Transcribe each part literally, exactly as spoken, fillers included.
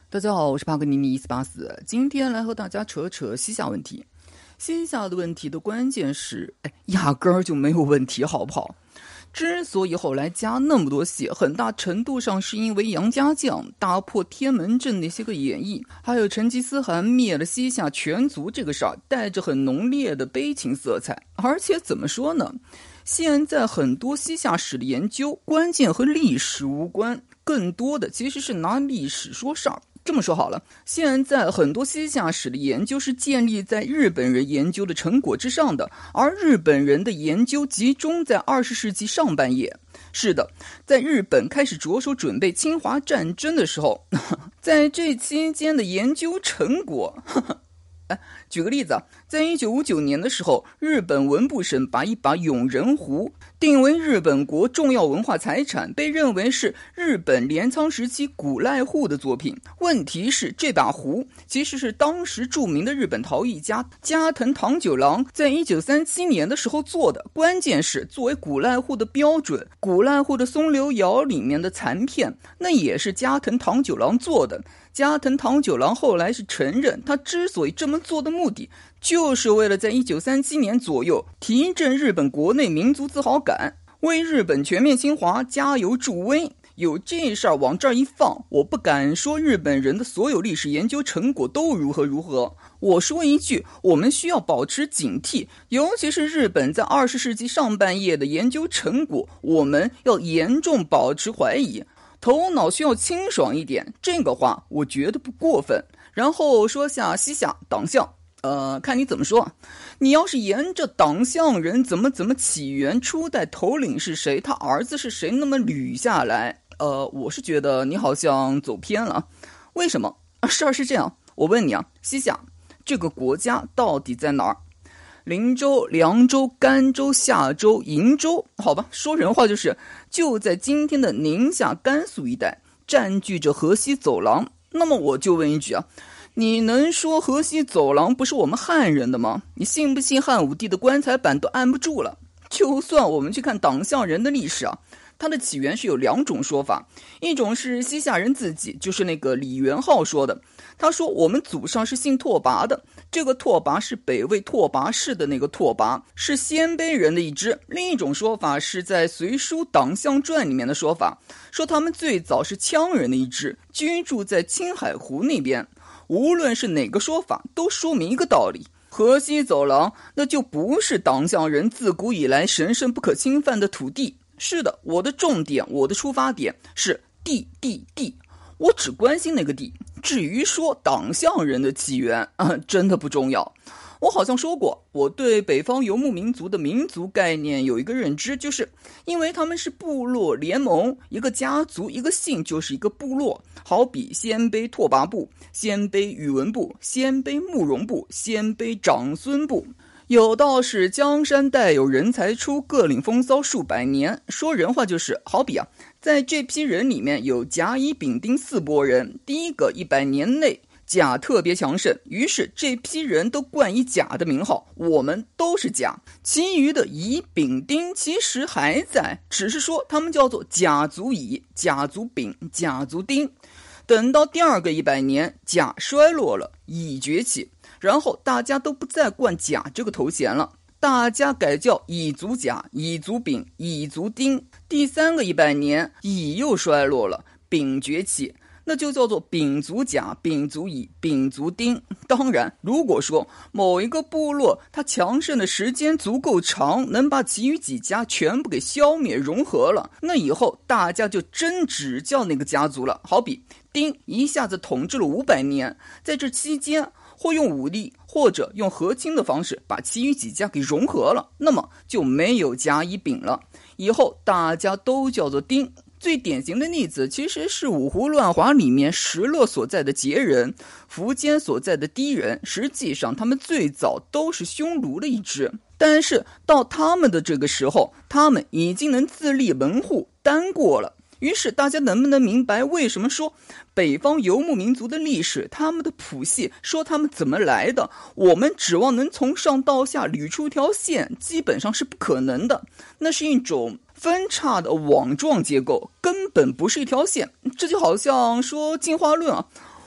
大家好，我是帕格尼尼一四八四，今天来和大家扯扯西夏问题。西夏的问题的关键是，哎，压根儿就没有问题，好不好？之所以后来加那么多戏，很大程度上是因为杨家将打破天门阵那些个演绎，还有成吉思汗灭了西夏全族这个事儿，带着很浓烈的悲情色彩。而且怎么说呢？现在很多西夏史的研究，关键和历史无关，更多的其实是拿历史说事儿。这么说好了，现在很多西夏史的研究是建立在日本人研究的成果之上的，而日本人的研究集中在二十世纪上半叶。是的，在日本开始着手准备侵华战争的时候，在这期间的研究成果哎，举个例子啊，在一九五九年的时候，日本文部省把一把永仁壶定为日本国重要文化财产，被认为是日本镰仓时期古濑户的作品。问题是，这把壶其实是当时著名的日本陶艺家加藤唐九郎在一九三七年的时候做的。关键是，作为古濑户的标准，古濑户的松流窑里面的残片，那也是加藤唐九郎做的。加藤唐九郎后来是承认，他之所以这么做的目的，就是为了在一九三七年左右提振日本国内民族自豪感，为日本全面侵华加油助威。有这事儿往这儿一放，我不敢说日本人的所有历史研究成果都如何如何。我说一句，我们需要保持警惕，尤其是日本在二十世纪上半叶的研究成果，我们要严重保持怀疑。头脑需要清爽一点，这个话我觉得不过分。然后说下西夏党项，呃，看你怎么说。你要是沿着党项人怎么怎么起源，初代头领是谁，他儿子是谁，那么捋下来，呃，我是觉得你好像走偏了。为什么？事儿是这样，我问你啊，西夏这个国家到底在哪儿？灵州、凉州、甘州、夏州、瀛州，好吧，说人话就是就在今天的宁夏、甘肃一带，占据着河西走廊。那么我就问一句啊，你能说河西走廊不是我们汉人的吗？你信不信汉武帝的棺材板都按不住了？就算我们去看党项人的历史啊，它的起源是有两种说法，一种是西夏人自己，就是那个李元昊说的，他说我们祖上是姓拓跋的，这个拓跋是北魏拓跋氏的那个拓跋，是鲜卑人的一支。另一种说法是在《隋书党项传》里面的说法，说他们最早是羌人的一支，居住在青海湖那边。无论是哪个说法，都说明一个道理，河西走廊那就不是党项人自古以来神圣不可侵犯的土地。是的，我的重点，我的出发点是地地地，我只关心那个地。至于说党项人的起源啊，真的不重要。我好像说过，我对北方游牧民族的民族概念有一个认知，就是因为他们是部落联盟，一个家族一个姓就是一个部落，好比鲜卑拓跋部、鲜卑宇文部、鲜卑慕容部、鲜卑长孙部。有道是江山代有人才出，各领风骚数百年。说人话就是，好比啊，在这批人里面有甲乙丙丁四拨人，第一个一百年内甲特别强盛，于是这批人都冠以甲的名号，我们都是甲。其余的乙丙丁其实还在，只是说他们叫做甲族乙、甲族丙、甲族丁。等到第二个一百年，甲衰落了，乙崛起，然后大家都不再冠甲这个头衔了，大家改叫乙族甲、乙族丙、乙族丁。第三个一百年，乙又衰落了，丙崛起，那就叫做丙族甲、丙族乙、丙族丁。当然，如果说某一个部落它强盛的时间足够长，能把其余几家全部给消灭融合了，那以后大家就真只叫那个家族了。好比丁一下子统治了五百年，在这期间或用武力或者用和亲的方式把其余几家给融合了，那么就没有甲乙丙了，以后大家都叫做丁。最典型的例子其实是五胡乱华里面石勒所在的羯人、苻坚所在的氐人，实际上他们最早都是匈奴的一支，但是到他们的这个时候，他们已经能自立门户单过了。于是大家能不能明白为什么说北方游牧民族的历史，他们的谱系，说他们怎么来的，我们指望能从上到下捋出一条线，基本上是不可能的，那是一种分叉的网状结构，根本不是一条线。这就好像说进化论啊，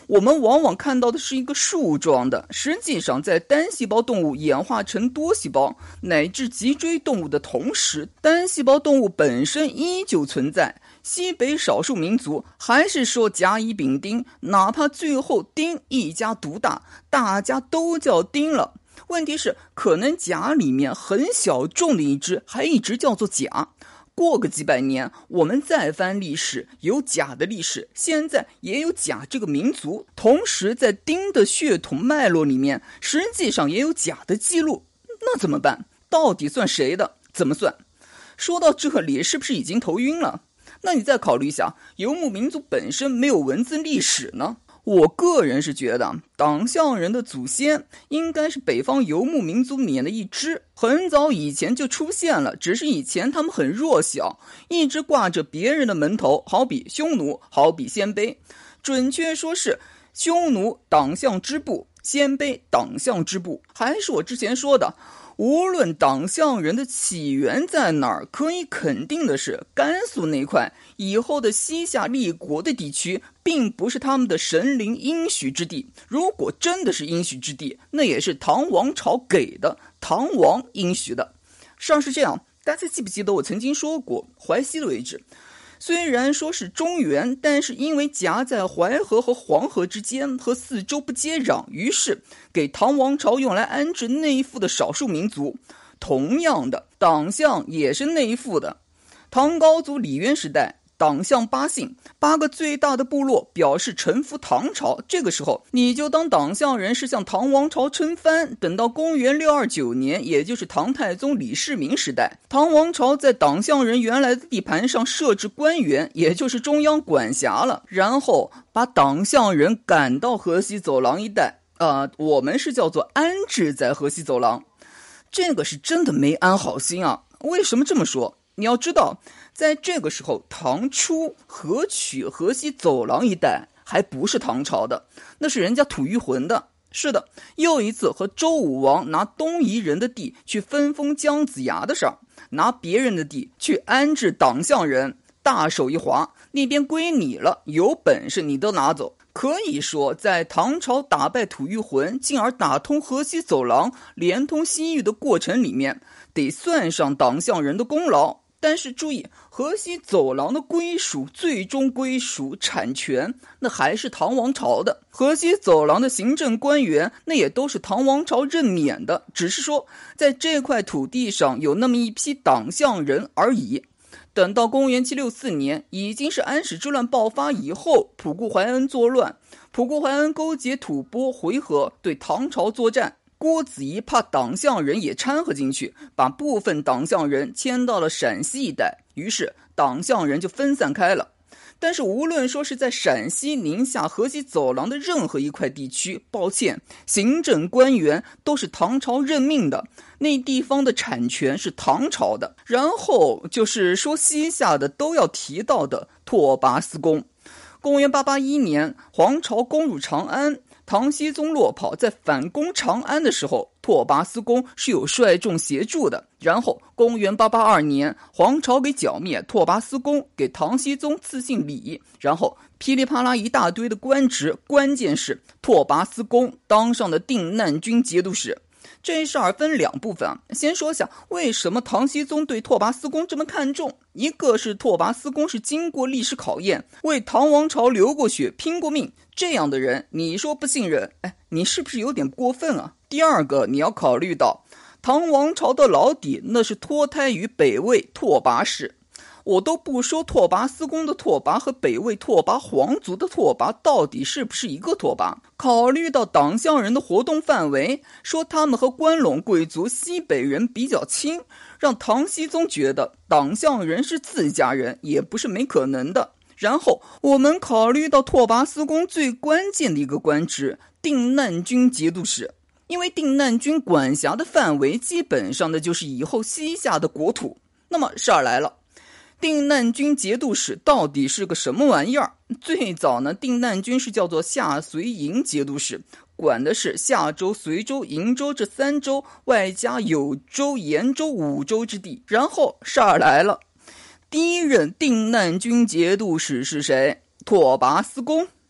我们往往看到的是一个树状的，实际上在单细胞动物演化成多细胞乃至脊椎动物的同时，单细胞动物本身依旧存在。西北少数民族还是说甲乙丙丁，哪怕最后丁一家独大，大家都叫丁了。问题是，可能甲里面很小众的一只还一直叫做甲。过个几百年，我们再翻历史，有甲的历史，现在也有甲这个民族，同时在丁的血统脉络里面，实际上也有甲的记录。那怎么办？到底算谁的？怎么算？说到这里，是不是已经头晕了？那你再考虑一下，游牧民族本身没有文字历史呢？我个人是觉得党项人的祖先应该是北方游牧民族里面的一支，很早以前就出现了，只是以前他们很弱小，一直挂着别人的门头，好比匈奴，好比鲜卑，准确说是匈奴党项支部，鲜卑党项支部。还是我之前说的，无论党项人的起源在哪儿，可以肯定的是，甘肃那块以后的西夏立国的地区并不是他们的神灵应许之地。如果真的是应许之地，那也是唐王朝给的，唐王应许的。上是这样，大家记不记得我曾经说过，淮西的位置虽然说是中原，但是因为夹在淮河和黄河之间，和四周不接壤，于是给唐王朝用来安置内附的少数民族。同样的，党项也是内附的。唐高祖李渊时代，党项八姓，八个最大的部落表示臣服唐朝，这个时候你就当党项人是向唐王朝称藩。等到公元六二九年，也就是唐太宗李世民时代，唐王朝在党项人原来的地盘上设置官员，也就是中央管辖了，然后把党项人赶到河西走廊一带，呃，我们是叫做安置在河西走廊。这个是真的没安好心啊！为什么这么说？你要知道，在这个时候，唐初河曲河西走廊一带还不是唐朝的，那是人家吐谷浑的。是的，又一次和周武王拿东夷人的地去分封姜子牙的事儿，拿别人的地去安置党项人，大手一划，那边归你了，有本事你都拿走。可以说，在唐朝打败吐谷浑，进而打通河西走廊，连通西域的过程里面，得算上党项人的功劳。但是注意，河西走廊的归属，最终归属产权，那还是唐王朝的。河西走廊的行政官员，那也都是唐王朝任免的，只是说在这块土地上有那么一批党项人而已。等到公元七六四年，已经是安史之乱爆发以后，仆固怀恩作乱，仆固怀恩勾结吐蕃回纥对唐朝作战。郭子仪怕党项人也掺和进去，把部分党项人迁到了陕西一带，于是党项人就分散开了。但是无论说是在陕西、宁夏、河西走廊的任何一块地区，抱歉，行政官员都是唐朝任命的，那地方的产权是唐朝的。然后就是说西夏的都要提到的拓跋思恭。公元八八一年，黄巢攻入长安，唐僖宗落跑，在反攻长安的时候，拓跋思恭是有率众协助的。然后公元八八二年，黄巢给剿灭，拓跋思恭给唐僖宗赐姓李，然后噼里啪啦一大堆的官职，关键是拓跋思恭当上了定难军节度使。这事儿分两部分啊，先说下为什么唐僖宗对拓跋思恭这么看重。一个是拓跋思恭是经过历史考验，为唐王朝流过血拼过命，这样的人你说不信任，哎，你是不是有点过分啊？第二个你要考虑到唐王朝的老底那是脱胎于北魏拓跋氏。我都不说拓跋思恭的拓跋和北魏拓跋皇族的拓跋到底是不是一个拓跋，考虑到党项人的活动范围，说他们和关陇贵族西北人比较亲，让唐僖宗觉得党项人是自家人也不是没可能的。然后我们考虑到拓跋思恭最关键的一个官职，定难军节度使，因为定难军管辖的范围基本上的就是以后西夏的国土。那么事儿来了，定难军节度使到底是个什么玩意儿？最早呢，定难军是叫做夏绥营节度使，管的是夏州、随州、瀛州这三州，外加有州、延州五州之地。然后事儿来了，第一任定难军节度使是谁？拓跋思恭。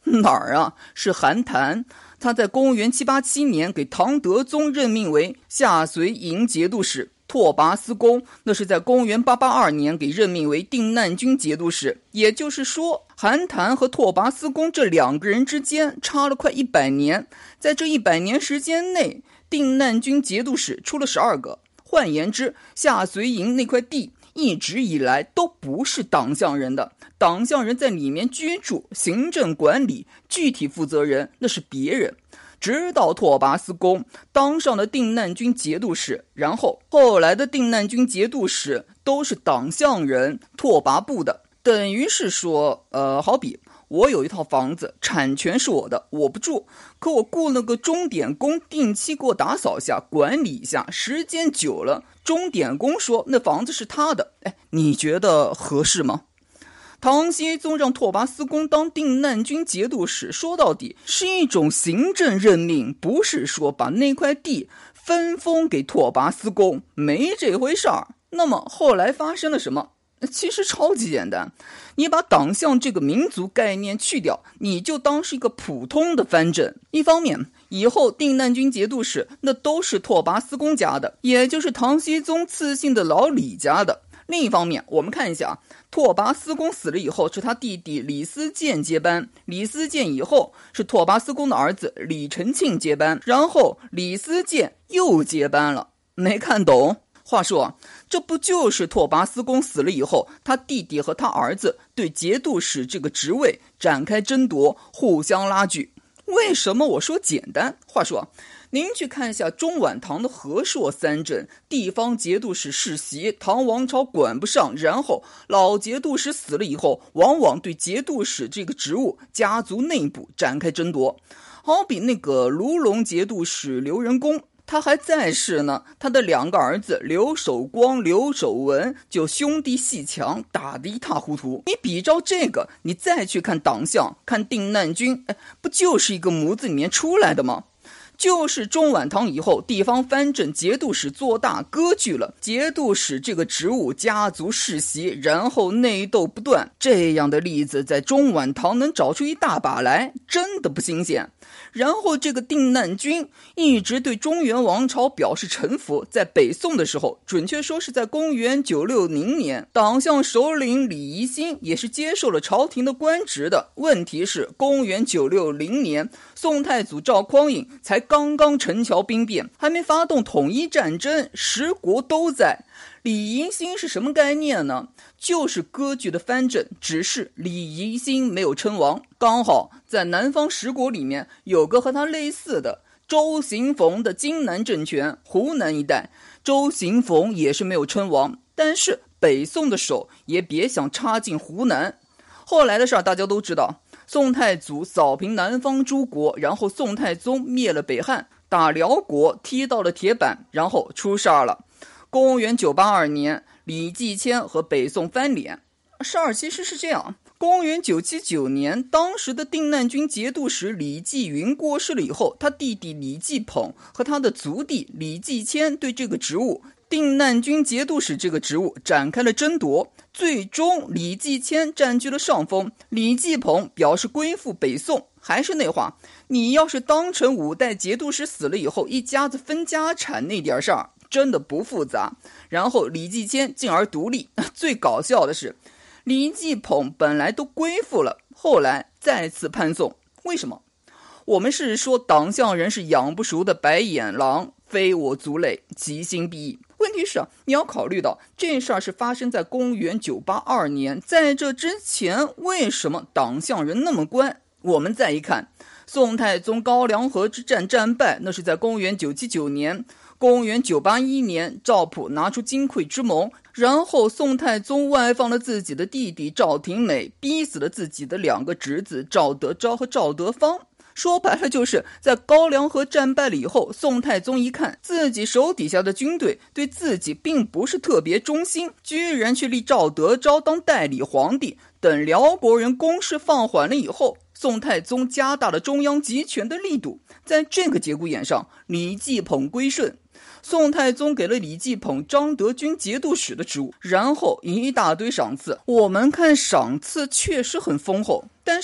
哪儿啊？是韩谈。他在公元七八七年给唐德宗任命为下绥营节度使。拓跋思恭那是在公元八八二年给任命为定难军节度使。也就是说，韩谈和拓跋思恭这两个人之间差了快一百年。在这一百年时间内，定难军节度使出了十二个。换言之，下绥营那块地一直以来都不是党项人的，党项人在里面居住、行政管理，具体负责人那是别人。直到拓跋思恭当上了定难军节度使，然后后来的定难军节度使都是党项人拓跋部的。等于是说，呃，好比我有一套房子，产权是我的，我不住，可我雇了个钟点工，定期给我打扫一下，管理一下，时间久了，钟点工说那房子是他的，哎，你觉得合适吗？唐僖宗让拓跋思恭当定难军节度使，说到底是一种行政任命，不是说把那块地分封给拓跋思恭，没这回事儿。那么后来发生了什么？其实超级简单，你把党项这个民族概念去掉，你就当是一个普通的藩镇。一方面，以后定难军节度使那都是拓跋思恭家的，也就是唐僖宗赐姓的老李家的。另一方面，我们看一下，拓跋思恭死了以后，是他弟弟李思建接班，李思建以后是拓跋思恭的儿子李承庆接班，然后李思建又接班了。没看懂？话说，这不就是拓跋思恭死了以后，他弟弟和他儿子对节度使这个职位展开争夺，互相拉锯。为什么我说简单？话说，您去看一下中晚唐的和硕三镇，地方节度使世袭，唐王朝管不上，然后老节度使死了以后，往往对节度使这个职务家族内部展开争夺。好比那个卢龙节度使刘仁恭，他还在世呢，他的两个儿子刘守光、刘守文就兄弟阋墙，打得一塌糊涂。你比照这个，你再去看党项，看定难军，哎，不就是一个模子里面出来的吗？就是中晚唐以后，地方藩镇节度使做大，割据了节度使这个职务，家族世袭，然后内斗不断。这样的例子在中晚唐能找出一大把来，真的不新鲜。然后这个定难军一直对中原王朝表示臣服，在北宋的时候，准确说是在公元九六零年，党项首领李宜兴也是接受了朝廷的官职的。问题是公元九六零年，宋太祖赵匡胤才刚刚陈桥兵变，还没发动统一战争，十国都在。李宜兴是什么概念呢？就是割据的藩镇，只是李宜兴没有称王。刚好在南方十国里面有个和他类似的周行逢的荆南政权，湖南一带，周行逢也是没有称王，但是北宋的手也别想插进湖南。后来的事儿大家都知道，宋太祖扫平南方诸国，然后宋太宗灭了北汉，打辽国踢到了铁板，然后出事儿了。公元九八二年，李继迁和北宋翻脸。事儿其实是这样，公元九七九年，当时的定难军节度使李继云过世了以后，他弟弟李继捧和他的族弟李继迁对这个职务，定难军节度使这个职务展开了争夺。最终李继迁占据了上风，李继捧表示归附北宋。还是那话，你要是当成五代节度使死了以后一家子分家产那点事儿，真的不复杂。然后李继迁进而独立，最搞笑的是李继捧本来都归附了，后来再次叛宋。为什么？我们是说党项人是养不熟的白眼狼，非我族类，其心必异。问题是啊，你要考虑到这事儿是发生在公元九八二年，在这之前为什么党项人那么乖？我们再一看，宋太宗高梁河之战战败，那是在公元九七九年。公元九八一年，赵普拿出金匮之谋，然后宋太宗外放了自己的弟弟赵廷美，逼死了自己的两个侄子赵德昭和赵德芳。说白了就是在高梁河战败了以后，宋太宗一看自己手底下的军队对自己并不是特别忠心，居然去立赵德昭当代理皇帝。等辽国人攻势放缓了以后，宋太宗加大了中央集权的力度。在这个节骨眼上，李继捧归顺，宋太宗给了李继捧张德军节度使的职务，然后一大堆赏赐。我们看赏赐确实很丰厚，但是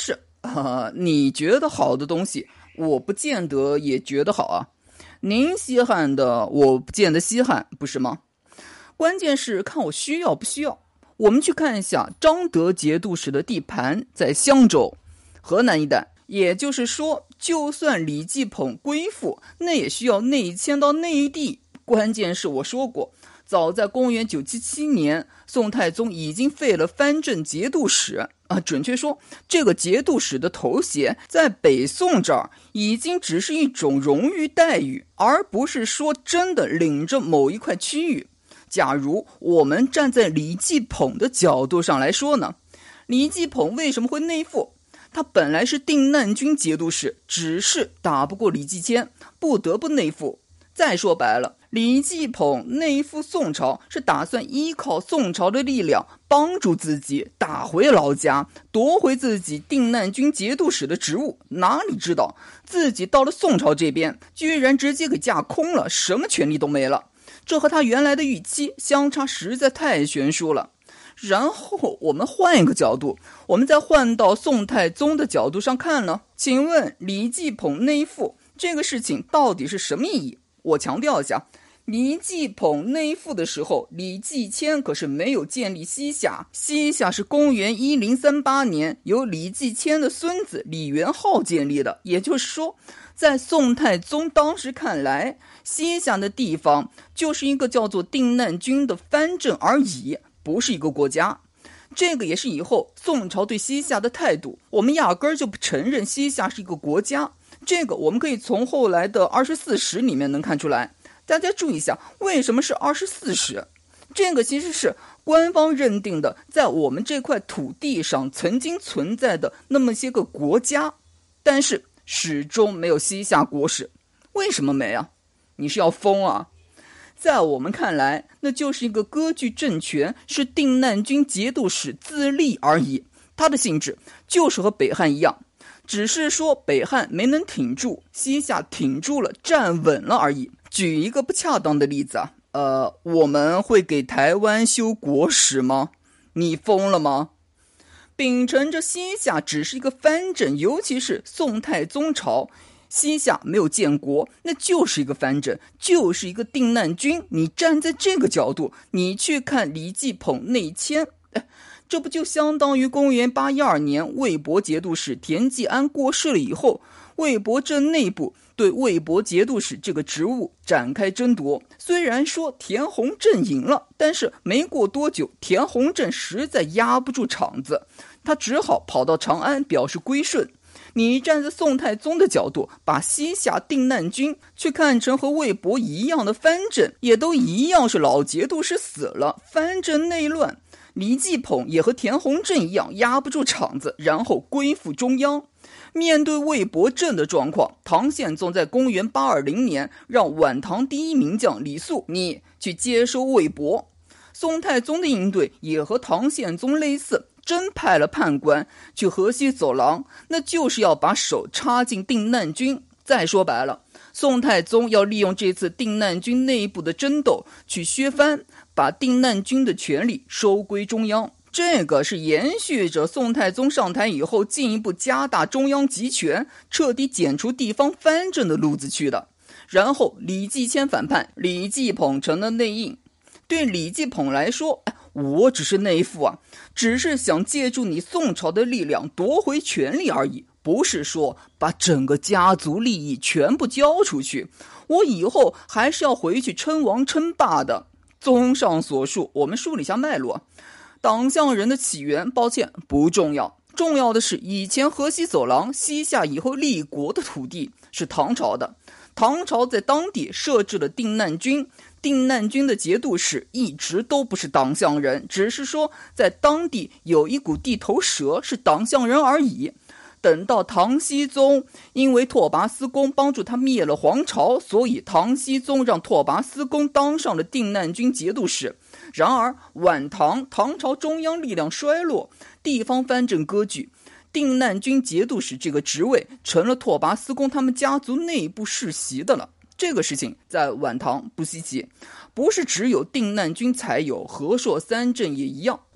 呃，你觉得好的东西，我不见得也觉得好啊。您稀罕的，我不见得稀罕，不是吗？关键是看我需要不需要。我们去看一下张德节度使的地盘在襄州，河南一带。也就是说，就算李继捧归附，那也需要内迁到内地。关键是我说过，早在公元九七七年，宋太宗已经废了藩镇节度使啊，准确说，这个节度使的头衔在北宋这儿已经只是一种荣誉待遇，而不是说真的领着某一块区域。假如我们站在李继捧的角度上来说呢，李继捧为什么会内附？他本来是定难军节度使，只是打不过李继迁，不得不内附。再说白了，李继捧内附宋朝是打算依靠宋朝的力量帮助自己打回老家，夺回自己定难军节度使的职务。哪里知道自己到了宋朝这边，居然直接给架空了，什么权利都没了。这和他原来的预期相差实在太悬殊了。然后我们换一个角度，我们再换到宋太宗的角度上看呢，请问李继捧内附这个事情到底是什么意义？我强调一下，李继捧内附的时候，李继迁可是没有建立西夏，西夏是公元一零三八年由李继迁的孙子李元昊建立的。也就是说，在宋太宗当时看来，西夏的地方就是一个叫做定难军的藩镇而已，不是一个国家。这个也是以后宋朝对西夏的态度，我们压根儿就不承认西夏是一个国家。这个我们可以从后来的二十四史里面能看出来。大家注意一下，为什么是二十四史？这个其实是官方认定的，在我们这块土地上曾经存在的那么些个国家，但是始终没有西夏国史。为什么没啊？你是要疯啊？在我们看来，那就是一个割据政权，是定难军节度使自立而已。它的性质就是和北汉一样，只是说北汉没能挺住，西夏挺住了，站稳了而已。举一个不恰当的例子啊，呃，我们会给台湾修国史吗？你疯了吗？秉承着西夏只是一个藩镇，尤其是宋太宗朝，西夏没有建国，那就是一个藩镇，就是一个定难军。你站在这个角度，你去看李继捧内迁，这不就相当于公元八一二年魏博节度使田季安过世了以后，魏博镇内部对魏博节度使这个职务展开争夺。虽然说田弘正赢了，但是没过多久，田弘正实在压不住场子，他只好跑到长安表示归顺。你站在宋太宗的角度，把西夏定难军去看成和魏博一样的藩镇，也都一样是老节度使死了，藩镇内乱，李继捧也和田弘正一样压不住场子，然后归附中央。面对魏博镇的状况，唐宪宗在公元八二零年让晚唐第一名将李肃你去接收魏博。宋太宗的应对也和唐宪宗类似，真派了判官去河西走廊，那就是要把手插进定难军。再说白了，宋太宗要利用这次定难军内部的争斗去削藩，把定难军的权力收归中央。这个是延续着宋太宗上台以后进一步加大中央集权，彻底剪除地方藩镇的路子去的。然后李继迁反叛，李继捧成了内应。对李继捧来说，我只是内附啊，只是想借助你宋朝的力量夺回权力而已，不是说把整个家族利益全部交出去，我以后还是要回去称王称霸的。综上所述，我们梳理一下脉络。党项人的起源，抱歉，不重要，重要的是以前河西走廊西夏以后立国的土地是唐朝的，唐朝在当地设置了定难军，定难军的节度使一直都不是党项人，只是说在当地有一股地头蛇是党项人而已。等到唐僖宗因为拓跋思恭帮助他灭了黄巢，所以唐僖宗让拓跋思恭当上了定难军节度使。然而晚唐唐朝中央力量衰落，地方藩镇割据，定难军节度使这个职位成了拓跋思恭他们家族内部世袭的了。这个事情在晚唐不稀奇，不是只有定难军才有，和硕三镇也一样。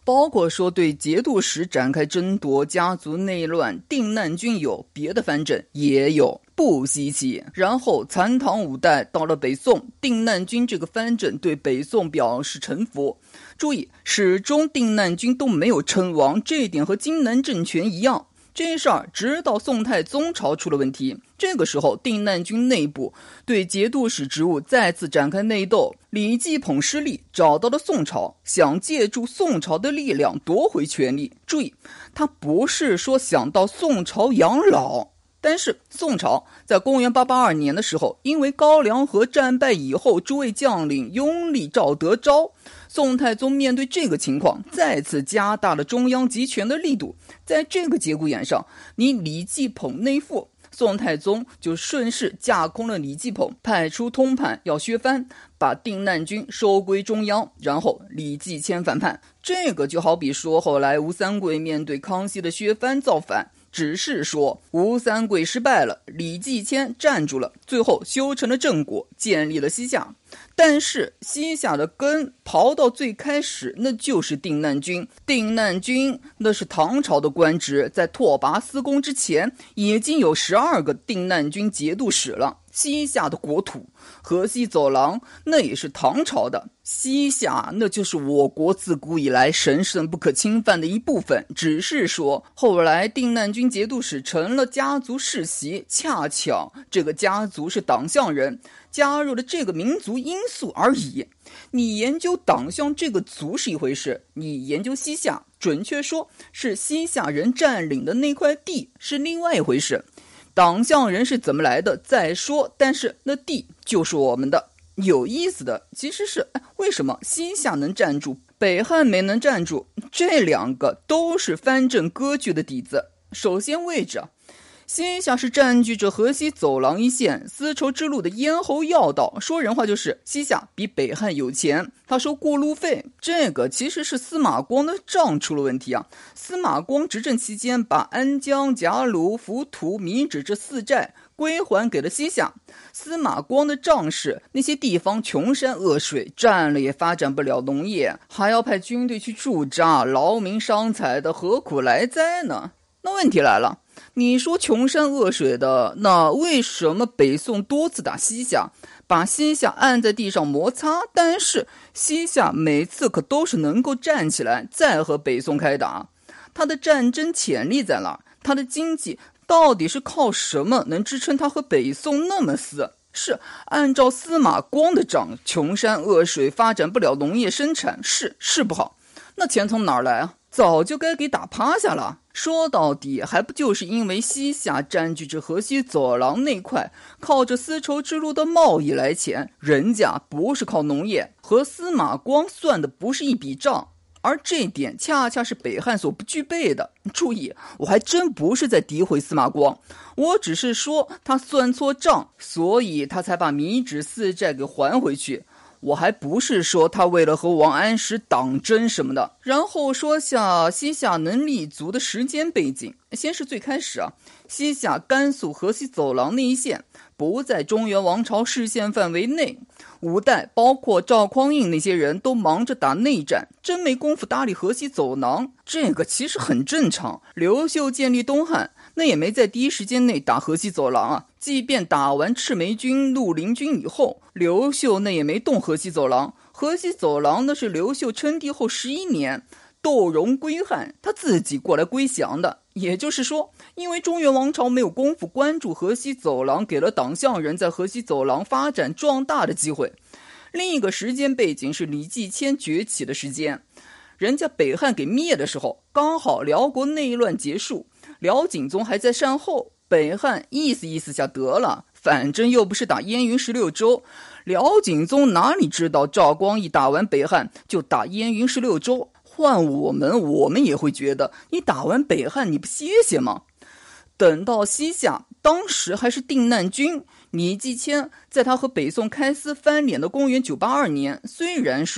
包括说对节度使展开争夺、家族内乱，定难军有，别的藩镇也有，不稀奇。然后残唐五代到了北宋，定难军这个藩镇对北宋表示臣服。注意，始终定难军都没有称王，这一点和荆南政权一样。这事儿直到宋太宗朝出了问题，这个时候定难军内部对节度使职务再次展开内斗，李继捧失利，找到了宋朝，想借助宋朝的力量夺回权力。注意，他不是说想到宋朝养老。但是宋朝在公元八八二年的时候，因为高梁河战败以后，诸位将领拥立赵德昭，宋太宗面对这个情况，再次加大了中央集权的力度。在这个节骨眼上，你李继捧内附，宋太宗就顺势架空了李继捧，派出通判要削藩，把定难军收归中央，然后李继迁反叛。这个就好比说后来吴三桂面对康熙的削藩造反，只是说吴三桂失败了，李继迁站住了，最后修成了正果，建立了西夏。但是西夏的根刨到最开始，那就是定难军。定难军那是唐朝的官职，在拓跋思恭之前已经有十二个定难军节度使了。西夏的国土河西走廊那也是唐朝的，西夏那就是我国自古以来神圣不可侵犯的一部分，只是说后来定难军节度使成了家族世袭，恰巧这个家族是党项人，加入了这个民族因素而已。你研究党项这个族是一回事，你研究西夏，准确说是西夏人占领的那块地是另外一回事。党项人是怎么来的再说，但是那地就是我们的。有意思的其实是为什么西夏能站住，北汉没能站住，这两个都是藩镇割据的底子。首先位置啊，西夏是占据着河西走廊一线丝绸之路的咽喉要道，说人话就是西夏比北汉有钱，他收过路费。这个其实是司马光的账出了问题啊。司马光执政期间把安江、贾鲁、浮屠、米脂这四寨归还给了西夏。司马光的仗是那些地方穷山恶水，占了也发展不了农业，还要派军队去驻扎，劳民伤财的，何苦来哉呢？那问题来了，你说穷山恶水的，那为什么北宋多次打西夏，把西夏按在地上摩擦，但是西夏每次可都是能够站起来再和北宋开打？它的战争潜力在哪儿？它的经济到底是靠什么能支撑它和北宋那么撕？是按照司马光的账，穷山恶水，发展不了农业生产，是是不好。那钱从哪儿来啊？早就该给打趴下了。说到底还不就是因为西夏占据着河西走廊那块，靠着丝绸之路的贸易来钱，人家不是靠农业，和司马光算的不是一笔账，而这点恰恰是北汉所不具备的。注意，我还真不是在诋毁司马光，我只是说他算错账，所以他才把米脂四寨给还回去。我还不是说他为了和王安石党争什么的。然后说下西夏能立足的时间背景。先是最开始啊，西夏甘肃河西走廊那一线不在中原王朝视线范围内，五代包括赵匡胤那些人都忙着打内战，真没工夫搭理河西走廊。这个其实很正常，刘秀建立东汉那也没在第一时间内打河西走廊啊。即便打完赤眉军、绿林军以后，刘秀那也没动河西走廊。河西走廊那是刘秀称帝后十一年，窦融归汉，他自己过来归降的。也就是说，因为中原王朝没有功夫关注河西走廊，给了党项人在河西走廊发展壮大的机会。另一个时间背景是李继迁崛起的时间，人家北汉给灭的时候，刚好辽国内乱结束，辽景宗还在善后，北汉意思意思下得了，反正又不是打燕云十六州。辽景宗哪里知道赵光义打完北汉就打燕云十六州，换我们我们也会觉得你打完北汉你不歇歇吗？等到西夏当时还是定难军，李继迁在他和北宋开撕翻脸的公元九八二年，虽然说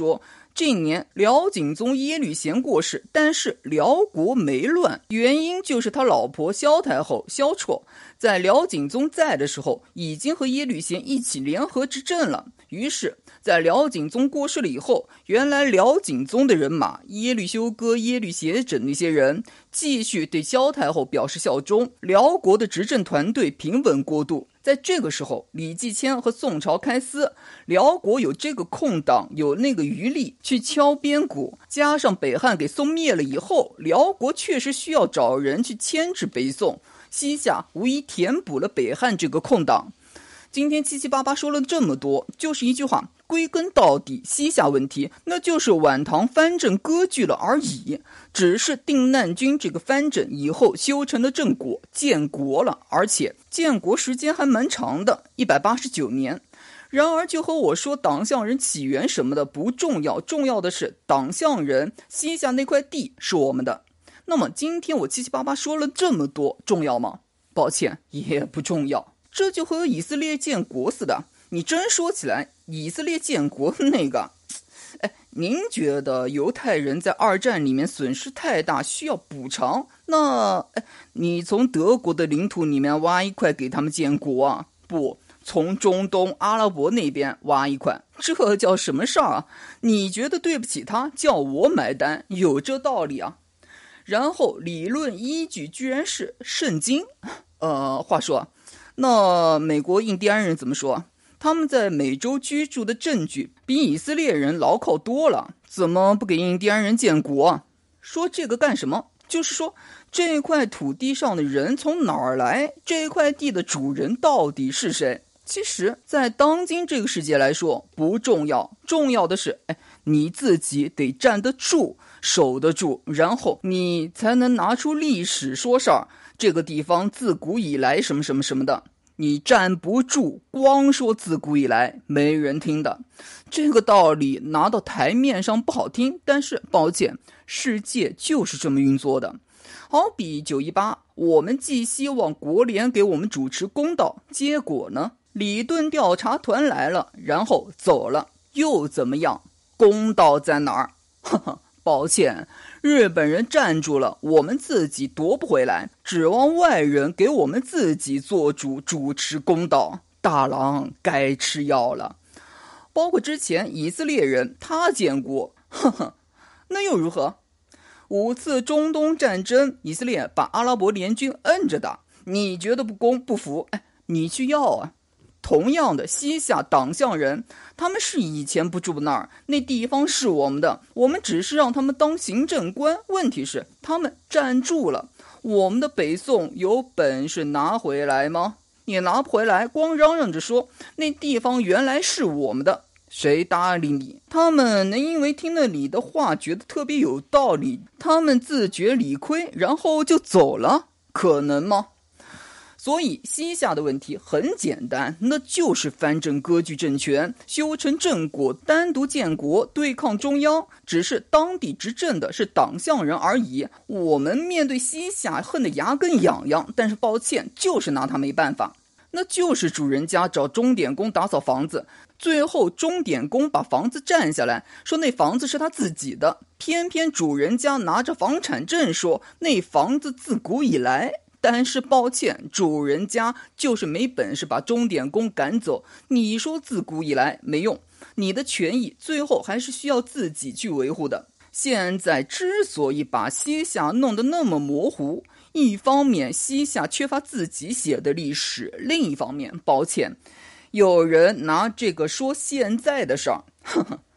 这一年辽景宗耶律贤过世，但是辽国没乱，原因就是他老婆萧太后萧绰在辽景宗在的时候已经和耶律贤一起联合执政了。于是在辽景宗过世了以后，原来辽景宗的人马耶律休哥、耶律贤整那些人继续对萧太后表示效忠，辽国的执政团队平稳过渡。在这个时候，李继迁和宋朝开撕，辽国有这个空档，有那个余力去敲边鼓，加上北汉给宋灭了以后，辽国确实需要找人去牵制北宋，西夏无疑填补了北汉这个空档。今天七七八八说了这么多，就是一句话，归根到底，西夏问题那就是晚唐藩镇割据了而已，只是定难军这个藩镇以后修成了正果，建国了，而且建国时间还蛮长的，一百八十九年。然而就和我说党项人起源什么的不重要，重要的是党项人西夏那块地是我们的。那么今天我七七八八说了这么多，重要吗？抱歉，也不重要。这就和以色列建国似的，你真说起来，以色列建国那个，哎，您觉得犹太人在二战里面损失太大，需要补偿？那，哎，你从德国的领土里面挖一块给他们建国啊？不，从中东阿拉伯那边挖一块，这叫什么事儿啊？你觉得对不起他，叫我买单，有这道理啊？然后理论依据居然是圣经。呃，话说那美国印第安人怎么说？他们在美洲居住的证据比以色列人牢靠多了，怎么不给印第安人建国啊？说这个干什么？就是说这块土地上的人从哪儿来，这块地的主人到底是谁？其实在当今这个世界来说不重要，重要的是哎，你自己得站得住，守得住，然后你才能拿出历史说事儿，这个地方自古以来什么什么什么的。你站不住，光说自古以来没人听的。这个道理拿到台面上不好听，但是抱歉，世界就是这么运作的。好比九一八，我们既希望国联给我们主持公道，结果呢，李顿调查团来了，然后走了，又怎么样？公道在哪儿？呵呵，抱歉，日本人站住了，我们自己夺不回来，指望外人给我们自己做主，主持公道，大郎该吃药了。包括之前以色列人他建国，呵呵，那又如何？五次中东战争，以色列把阿拉伯联军摁着打，你觉得不公不服？哎，你去要啊。同样的，西夏党项人，他们是以前不住那儿，那地方是我们的，我们只是让他们当行政官，问题是他们站住了，我们的北宋有本事拿回来吗？也拿不回来，光嚷嚷着说那地方原来是我们的，谁搭理你？他们能因为听了你的话觉得特别有道理，他们自觉理亏，然后就走了，可能吗？所以西夏的问题很简单，那就是藩镇割据政权，修成正果，单独建国，对抗中央，只是当地执政的是党项人而已。我们面对西夏恨得牙根痒痒，但是抱歉，就是拿他没办法。那就是主人家找钟点工打扫房子，最后钟点工把房子占下来，说那房子是他自己的，偏偏主人家拿着房产证说那房子自古以来，但是抱歉，主人家就是没本事把钟点工赶走，你说自古以来没用，你的权益最后还是需要自己去维护的。现在之所以把西夏弄得那么模糊，一方面西夏缺乏自己写的历史，另一方面抱歉，有人拿这个说现在的事儿，呵呵，